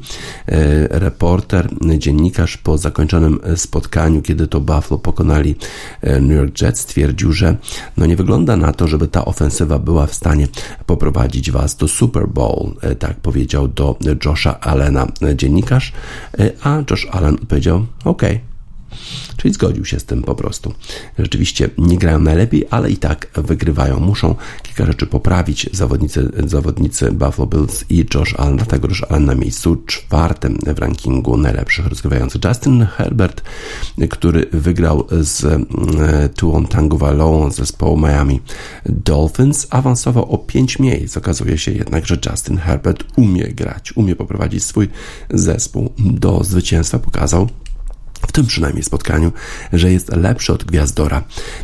Dziennikarz po zakończonym spotkaniu, kiedy to Buffalo pokonali New York Jets, stwierdził, że nie wygląda na to, żeby ta ofensywa była w stanie poprowadzić was do Super Bowl. Tak powiedział do Josha Allena dziennikarz, a Josh Allen odpowiedział okej. Czyli zgodził się z tym po prostu. Rzeczywiście nie grają najlepiej, ale i tak wygrywają. Muszą kilka rzeczy poprawić zawodnicy Buffalo Bills i Josh Allen, dlatego Josh Allen na miejscu 4 w rankingu najlepszych rozgrywających. Justin Herbert, który wygrał z Tua Tagovailoa z zespołu Miami Dolphins, awansował o 5 miejsc. Okazuje się jednak, że Justin Herbert umie grać, umie poprowadzić swój zespół do zwycięstwa. Pokazał w tym przynajmniej spotkaniu, że jest lepszy od gwiazdora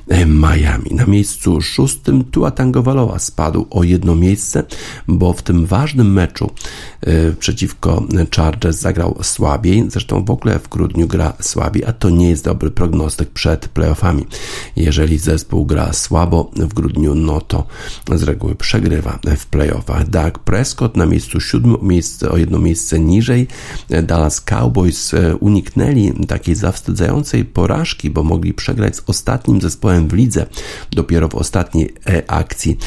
Miami. Na miejscu 6 Tua Tagovailoa spadł o 1 miejsce, bo w tym ważnym meczu przeciwko Chargers zagrał słabiej. Zresztą w ogóle w grudniu gra słabiej, a to nie jest dobry prognostyk przed playoffami. Jeżeli zespół gra słabo w grudniu, to z reguły przegrywa w playoffach. Dak Prescott na miejscu 7, o 1 miejsce niżej. Dallas Cowboys uniknęli takiej zawstydzającej porażki, bo mogli przegrać z ostatnim zespołem w lidze. Dopiero w ostatniej akcji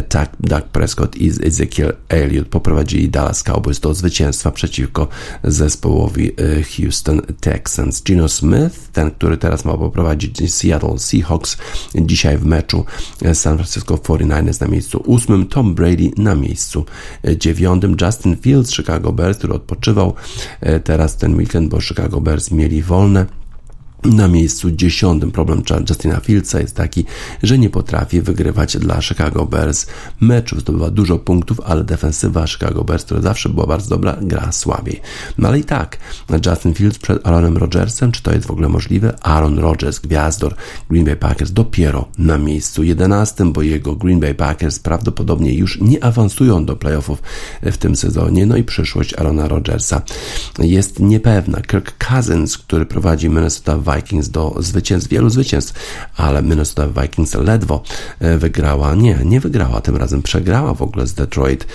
Dak Prescott i Ezekiel Elliott poprowadzili Dallas Cowboys do zwycięstwa przeciwko zespołowi Houston Texans. Geno Smith, ten, który teraz ma poprowadzić Seattle Seahawks, dzisiaj w meczu San Francisco 49ers na miejscu 8, Tom Brady na miejscu 9, Justin Fields, Chicago Bears, który odpoczywał teraz ten weekend, bo Chicago Bears mieli wolne, na miejscu 10. Problem Justina Fieldsa jest taki, że nie potrafi wygrywać dla Chicago Bears meczów. Zdobywa dużo punktów, ale defensywa Chicago Bears, która zawsze była bardzo dobra, gra słabiej. Ale i tak, Justin Fields przed Aaronem Rodgersem, czy to jest w ogóle możliwe? Aaron Rodgers, gwiazdor Green Bay Packers, dopiero na miejscu 11, bo jego Green Bay Packers prawdopodobnie już nie awansują do playoffów w tym sezonie. I przyszłość Aarona Rodgersa jest niepewna. Kirk Cousins, który prowadzi Minnesota Vikings do wielu zwycięstw, ale Minnesota Vikings ledwo wygrała. Nie wygrała, tym razem przegrała w ogóle z Detroit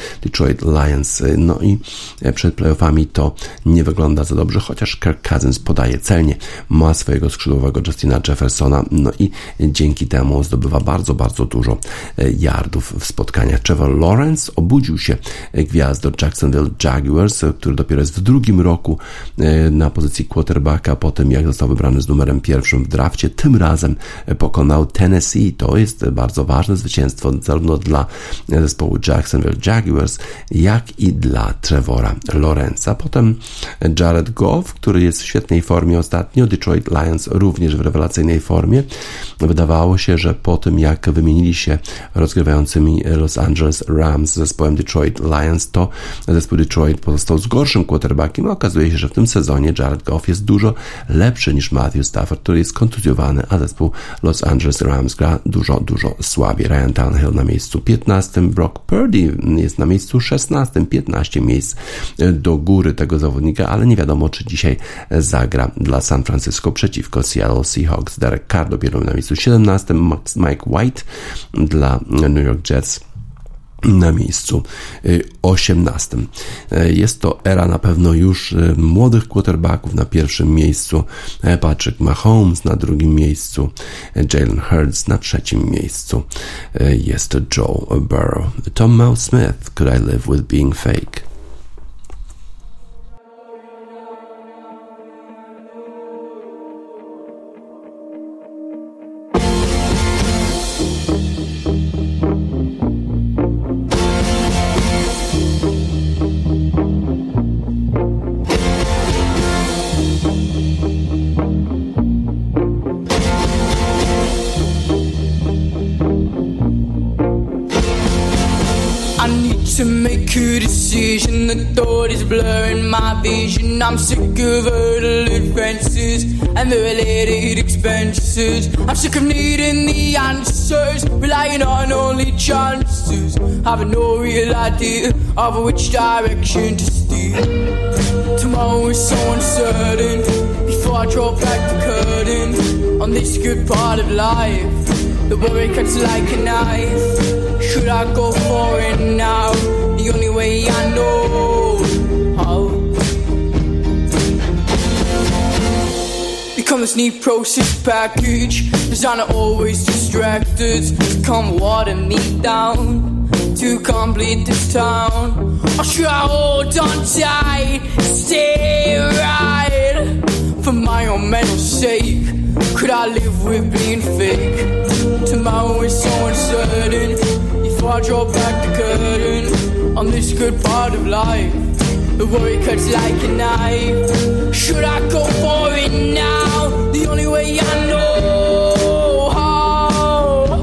Lions. I przed playoffami to nie wygląda za dobrze, chociaż Kirk Cousins podaje celnie, ma swojego skrzydłowego Justina Jeffersona, i dzięki temu zdobywa bardzo, bardzo dużo yardów w spotkaniach. Trevor Lawrence, obudził się gwiazdor Jacksonville Jaguars, który dopiero jest w 2. roku na pozycji quarterbacka, po tym jak został wybrany z numerem 1 w drafcie. Tym razem pokonał Tennessee. To jest bardzo ważne zwycięstwo zarówno dla zespołu Jacksonville Jaguars, jak i dla Trevora Lawrence'a. Potem Jared Goff, który jest w świetnej formie ostatnio. Detroit Lions również w rewelacyjnej formie. Wydawało się, że po tym jak wymienili się rozgrywającymi Los Angeles Rams z zespołem Detroit Lions, to zespół Detroit pozostał z gorszym quarterbackiem. Okazuje się, że w tym sezonie Jared Goff jest dużo lepszy niż Matthew Stafford, który jest kontuzjowany, a zespół Los Angeles Rams gra dużo, dużo słabiej. Ryan Tannehill na miejscu 15, Brock Purdy jest na miejscu 16, 15 miejsc do góry tego zawodnika, ale nie wiadomo, czy dzisiaj zagra dla San Francisco przeciwko Seattle Seahawks. Derek Carr dopiero na miejscu 17, Mike White dla New York Jets na miejscu 18. Jest to era na pewno już młodych quarterbacków. Na pierwszym miejscu Patrick Mahomes, na drugim miejscu Jalen Hurts, na trzecim miejscu jest Joe Burrow. Tom Mouse Smith, Could I Live With Being Fake? To make a decision, the thought is blurring my vision. I'm sick of hurdling fences and the related expenses. I'm sick of needing the answers, relying on only chances, having no real idea of which direction to steer. Tomorrow is so uncertain, before I draw back the curtain on this good part of life. The worry cuts like a knife. Should I go for it now? The only way I know how. Become this neat process package, designer always distracted. Come water me down to complete this town. Or should I hold on tight, stay right for my own mental sake? Could I live with being fake? Tomorrow is so uncertain, before I draw back the curtain on this good part of life. The worry cuts like a knife. Should I go for it now? The only way I know how.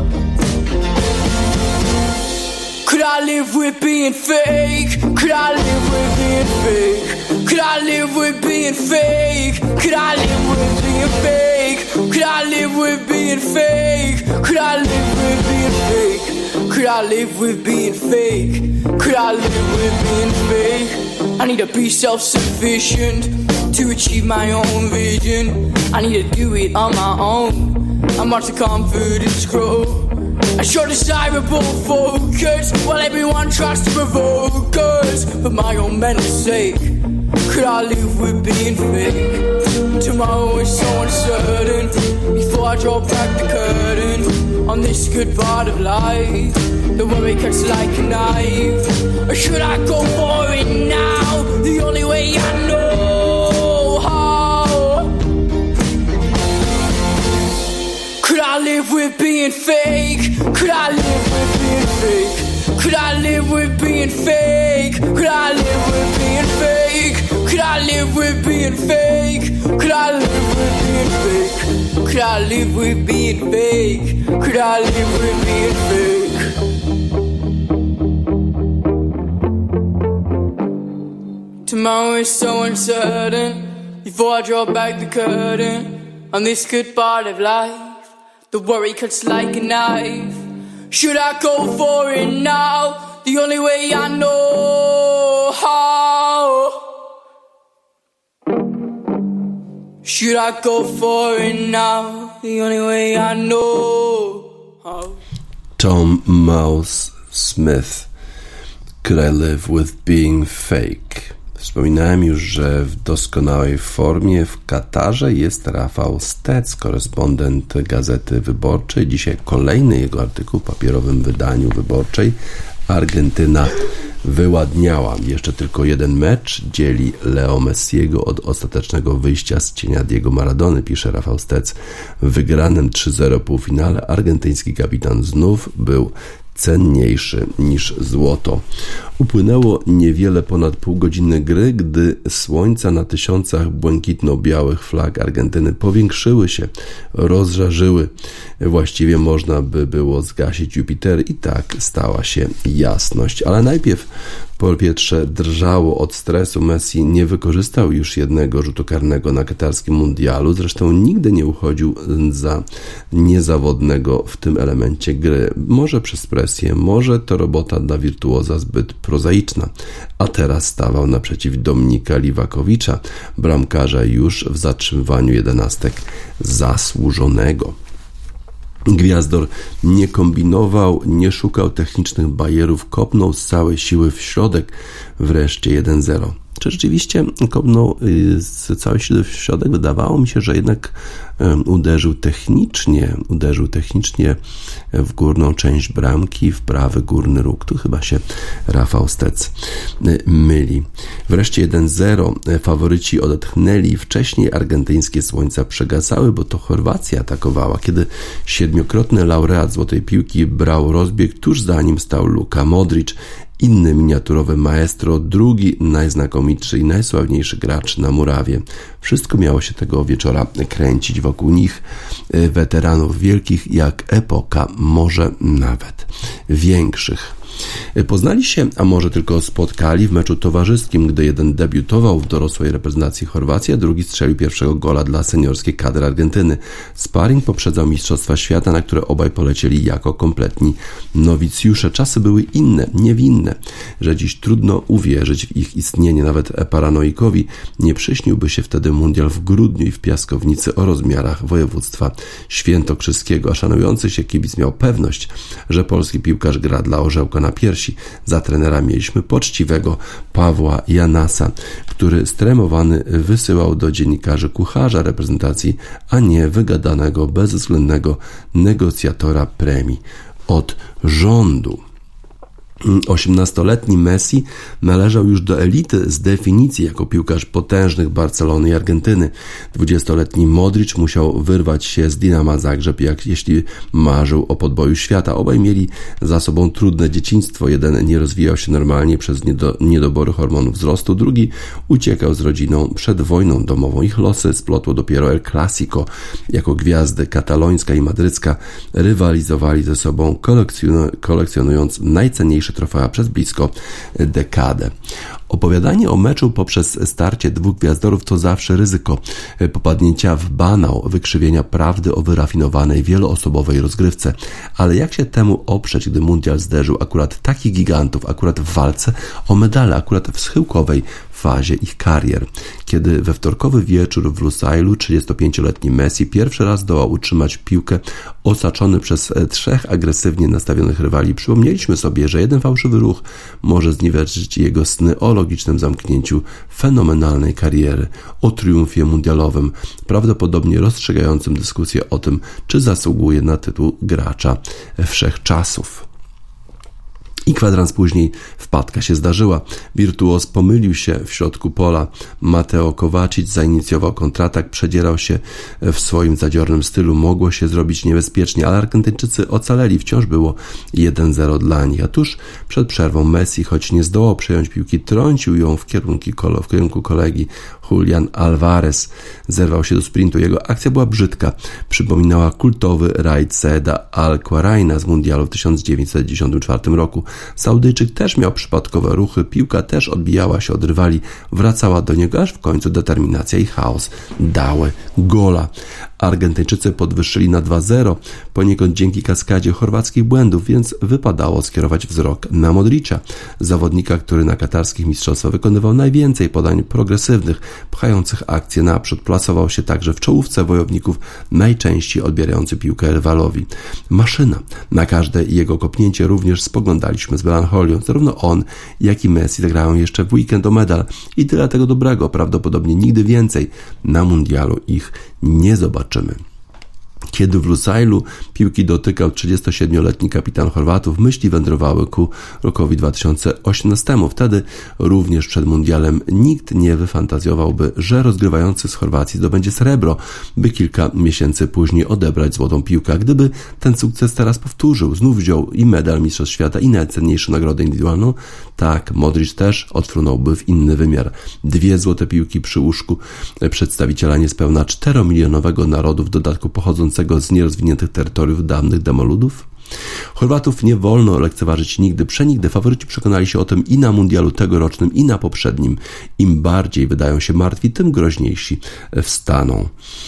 Could I live with being fake? Could I live with being fake? Could I live with being fake? Could I live with being fake? Could I live with being fake? Could I live with being fake? Could I live with being fake? Could I live with being fake? I need to be self-sufficient to achieve my own vision. I need to do it on my own. I watch the confidence grow. I show desirable focus while everyone tries to provoke us. For my own mental sake, could I live with being fake? Tomorrow is so uncertain, before I draw back the curtain on this good part of life. The worry cuts like a knife. Or should I go for it now? The only way I know how. Could I live with being fake? Could I live with being fake? Could I live with being fake? Could I live with being fake? Could I live with being fake? Could I live with being fake? Could I live with being fake? Could I live with being fake? Tomorrow is so uncertain, before I draw back the curtain on this good part of life. The worry cuts like a knife. Should I go for it now? The only way I know how. Should I go for it now? The only way I know how. Tom Mouse Smith, Could I Live With Being Fake? Wspominałem już, że w doskonałej formie w Katarze jest Rafał Stec, korespondent Gazety Wyborczej. Dzisiaj kolejny jego artykuł w papierowym wydaniu Wyborczej. Argentyna wyładniała. Jeszcze tylko jeden mecz dzieli Leo Messiego od ostatecznego wyjścia z cienia Diego Maradony, pisze Rafał Stec. W wygranym 3-0 półfinale argentyński kapitan znów był cenniejszy niż złoto. Upłynęło niewiele ponad pół godziny gry, gdy słońca na tysiącach błękitno-białych flag Argentyny powiększyły się, rozżarzyły. Właściwie można by było zgasić Jupiter i tak stała się jasność. Ale najpierw powietrze drżało od stresu. Messi nie wykorzystał już jednego rzutu karnego na katarskim mundialu. Zresztą nigdy nie uchodził za niezawodnego w tym elemencie gry. Może przez presję, może to robota dla wirtuoza zbyt prozaiczna. A teraz stawał naprzeciw Dominika Liwakowicza, bramkarza już w zatrzymywaniu jedenastek zasłużonego. Gwiazdor nie kombinował, nie szukał technicznych barierów, kopnął z całej siły w środek, wreszcie 1-0. Czy rzeczywiście kopnął z całej siły w środek? Wydawało mi się, że jednak uderzył technicznie w górną część bramki, w prawy górny róg. Tu chyba się Rafał Stec myli. Wreszcie 1-0. Faworyci odetchnęli. Wcześniej argentyńskie słońca przegasały, bo to Chorwacja atakowała. Kiedy 7-krotny laureat Złotej Piłki brał rozbieg, tuż za nim stał Luka Modric, inny miniaturowy maestro, drugi najznakomitszy i najsławniejszy gracz na murawie. Wszystko miało się tego wieczora kręcić wokół nich, weteranów wielkich jak epoka, może nawet większych. Poznali się, a może tylko spotkali w meczu towarzyskim, gdy jeden debiutował w dorosłej reprezentacji Chorwacji, a drugi strzelił pierwszego gola dla seniorskiej kadry Argentyny. Sparring poprzedzał Mistrzostwa Świata, na które obaj polecieli jako kompletni nowicjusze. Czasy były inne, niewinne, że dziś trudno uwierzyć w ich istnienie. Nawet paranoikowi nie przyśniłby się wtedy mundial w grudniu i w piaskownicy o rozmiarach województwa świętokrzyskiego, a szanujący się kibic miał pewność, że polski piłkarz gra dla orzełka na piersi. Za trenera mieliśmy poczciwego Pawła Janasa, który stremowany wysyłał do dziennikarzy kucharza reprezentacji, a nie wygadanego, bezwzględnego negocjatora premii od rządu. 18-letni Messi należał już do elity z definicji jako piłkarz potężnych Barcelony i Argentyny. 20-letni Modric musiał wyrwać się z Dinama Zagrzeb, jeśli marzył o podboju świata. Obaj mieli za sobą trudne dzieciństwo. Jeden nie rozwijał się normalnie przez niedobory hormonów wzrostu, drugi uciekał z rodziną przed wojną domową. Ich losy splotło dopiero El Clasico. Jako gwiazdy katalońska i madrycka rywalizowali ze sobą, kolekcjonując najcenniejsze trofea przez blisko dekadę. Opowiadanie o meczu poprzez starcie dwóch gwiazdorów to zawsze ryzyko popadnięcia w banał, wykrzywienia prawdy o wyrafinowanej, wieloosobowej rozgrywce. Ale jak się temu oprzeć, gdy mundial zderzył akurat takich gigantów, akurat w walce o medale, akurat w schyłkowej fazie ich karier. Kiedy we wtorkowy wieczór w Lusailu 35-letni Messi pierwszy raz zdołał utrzymać piłkę osaczony przez trzech agresywnie nastawionych rywali, przypomnieliśmy sobie, że jeden fałszywy ruch może zniweczyć jego sny o logicznym zamknięciu fenomenalnej kariery, o triumfie mundialowym, prawdopodobnie rozstrzygającym dyskusję o tym, czy zasługuje na tytuł gracza wszechczasów. I kwadrans później wpadka się zdarzyła. Wirtuoz pomylił się w środku pola. Mateo Kovacic zainicjował kontratak, przedzierał się w swoim zadziornym stylu. Mogło się zrobić niebezpiecznie, ale Argentyńczycy ocaleli. Wciąż było 1-0 dla nich. A tuż przed przerwą Messi, choć nie zdołał przejąć piłki, trącił ją w kierunku kolegi. Julian Alvarez zerwał się do sprintu. Jego akcja była brzydka. Przypominała kultowy rajd Saeda Al-Quraina z mundialu w 1994 roku. Saudyjczyk też miał przypadkowe ruchy, piłka też odbijała się od rywali, wracała do niego, aż w końcu determinacja i chaos dały gola. Argentyńczycy podwyższyli na 2-0, poniekąd dzięki kaskadzie chorwackich błędów, więc wypadało skierować wzrok na Modricia, zawodnika, który na katarskich mistrzostwach wykonywał najwięcej podań progresywnych, pchających akcję naprzód. Plasował się także w czołówce wojowników, najczęściej odbierający piłkę rywalowi. Maszyna. Na każde jego kopnięcie również spoglądaliśmy z melancholią. Zarówno on, jak i Messi zagrają jeszcze w weekend o medal i tyle tego dobrego. Prawdopodobnie nigdy więcej na mundialu ich nie zobaczymy. Kiedy w Lusailu piłki dotykał 37-letni kapitan Chorwatów, myśli wędrowały ku rokowi 2018. Wtedy również przed mundialem nikt nie wyfantazjowałby, że rozgrywający z Chorwacji zdobędzie srebro, by kilka miesięcy później odebrać złotą piłkę. A gdyby ten sukces teraz powtórzył, znów wziął i medal Mistrzostw Świata, i najcenniejszą nagrodę indywidualną, tak, Modric też odfrunąłby w inny wymiar. 2 złote piłki przy łóżku przedstawiciela niespełna 4-milionowego narodu, w dodatku pochodzącego z nierozwiniętych terytoriów dawnych demoludów? Chorwatów nie wolno lekceważyć nigdy, przenigdy. Faworyci przekonali się o tym i na mundialu tegorocznym, i na poprzednim. Im bardziej wydają się martwi, tym groźniejsi wstaną.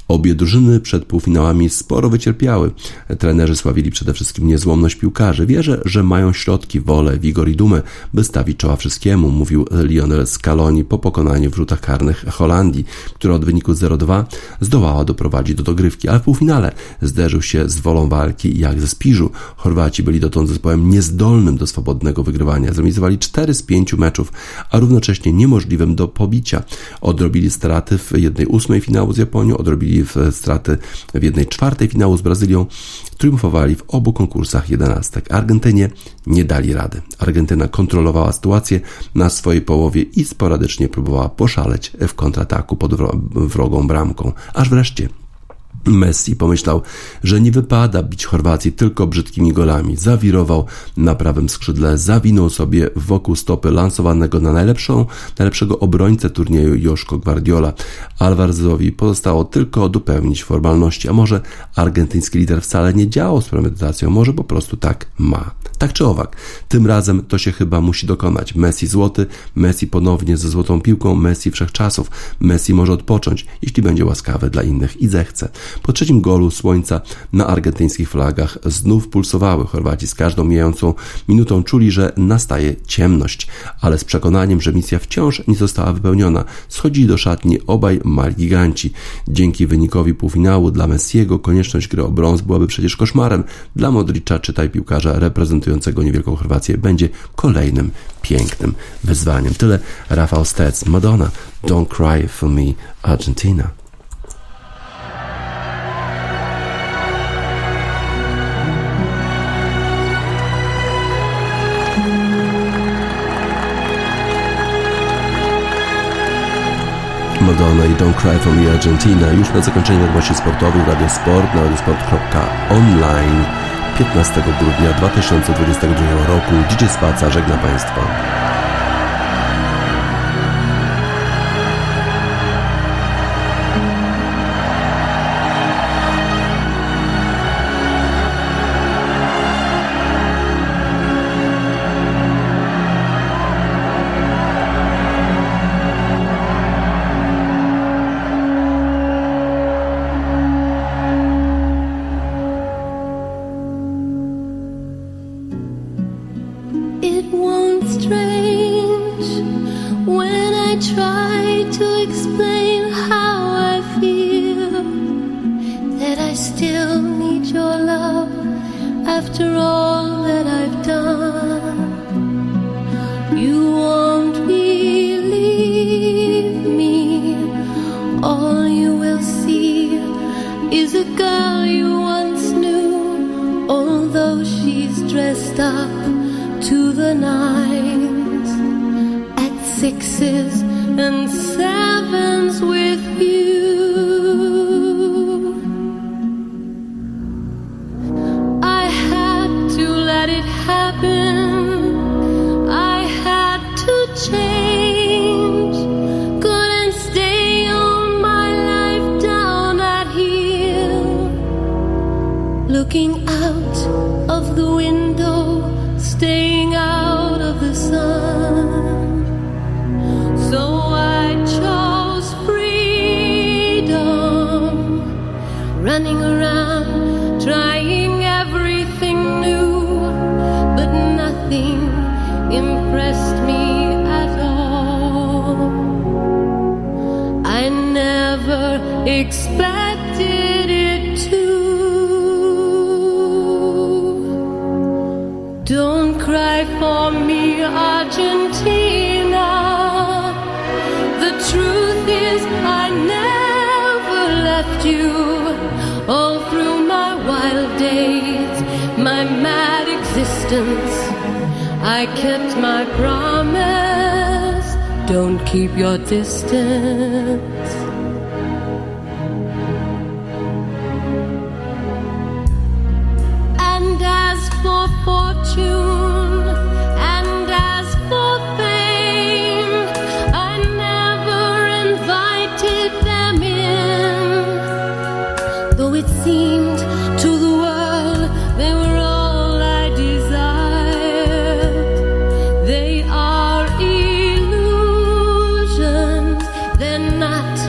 Obie drużyny przed półfinałami sporo wycierpiały. Trenerzy sławili przede wszystkim niezłomność piłkarzy. Wierzę, że mają środki, wolę, wigor i dumę, by stawić czoła wszystkiemu, mówił Lionel Scaloni po pokonaniu w rzutach karnych Holandii, która od wyniku 0-2 zdołała doprowadzić do dogrywki, ale w półfinale zderzył się z wolą walki jak ze Spiżu. Chorwaci byli dotąd zespołem niezdolnym do swobodnego wygrywania. Zrealizowali 4 z 5 meczów, a równocześnie niemożliwym do pobicia. Odrobili straty w 1/8 finału z Japonią, odrobili straty w 1/4 finału z Brazylią, triumfowali w obu konkursach 11. Argentynie nie dali rady. Argentyna kontrolowała sytuację na swojej połowie i sporadycznie próbowała poszaleć w kontrataku pod wrogą bramką. Aż wreszcie Messi pomyślał, że nie wypada bić Chorwacji tylko brzydkimi golami. Zawirował na prawym skrzydle, zawinął sobie wokół stopy lansowanego na najlepszego obrońcę turnieju Joszko Gvardiola. Alvarezowi pozostało tylko dopełnić formalności, a może argentyński lider wcale nie działał z premedytacją, może po prostu tak ma. Tak czy owak, tym razem to się chyba musi dokonać. Messi złoty, Messi ponownie ze złotą piłką, Messi wszechczasów. Messi może odpocząć, jeśli będzie łaskawy dla innych i zechce. Po trzecim golu słońca na argentyńskich flagach znów pulsowały. Chorwaci z każdą mijającą minutą czuli, że nastaje ciemność, ale z przekonaniem, że misja wciąż nie została wypełniona, schodzili do szatni obaj mali giganci. Dzięki wynikowi półfinału dla Messiego konieczność gry o brąz byłaby przecież koszmarem. Dla Modricza, czytaj piłkarza reprezentującego niewielką Chorwację, będzie kolejnym pięknym wyzwaniem. Tyle Rafał Stec, Madonna, Don't Cry For Me, Argentina. Madonna i Don't Cry For Me Argentina. Już na zakończenie wiadomości sportowych Radio Sport na radiosport.online 15 grudnia 2022 roku. DJ Spaca żegna Państwa. Looking out of the window, staying out of the sun. So I chose freedom, running around, trying everything new, but nothing impressed me at all. I never expected it to. Don't cry for me, Argentina. The truth is I never left you. All through my wild days, my mad existence, I kept my promise. Don't keep your distance. And as for fortune, and as for fame, I never invited them in. Though it seemed to the world they were all I desired. They are illusions, they're not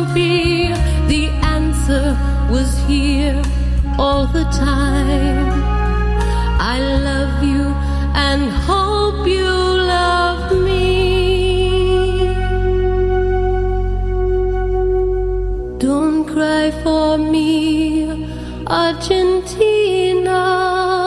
be. The answer was here all the time. I love you and hope you love me. Don't cry for me, Argentina.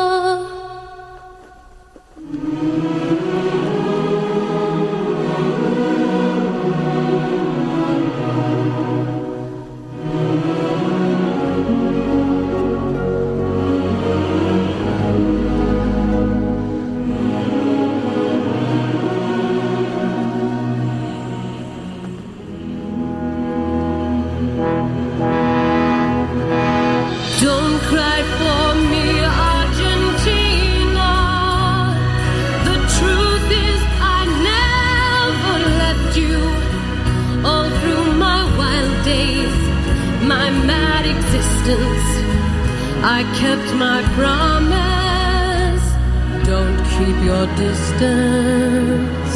Don't cry for me, Argentina. The truth is I never left you. All through my wild days, my mad existence, I kept my promise. Don't keep your distance.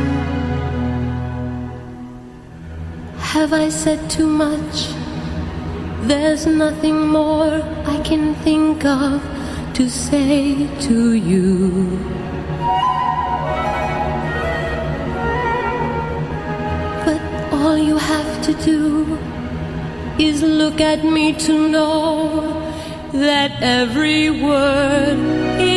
Have I said too much? There's nothing more I can think of to say to you. But all you have to do is look at me to know that every word is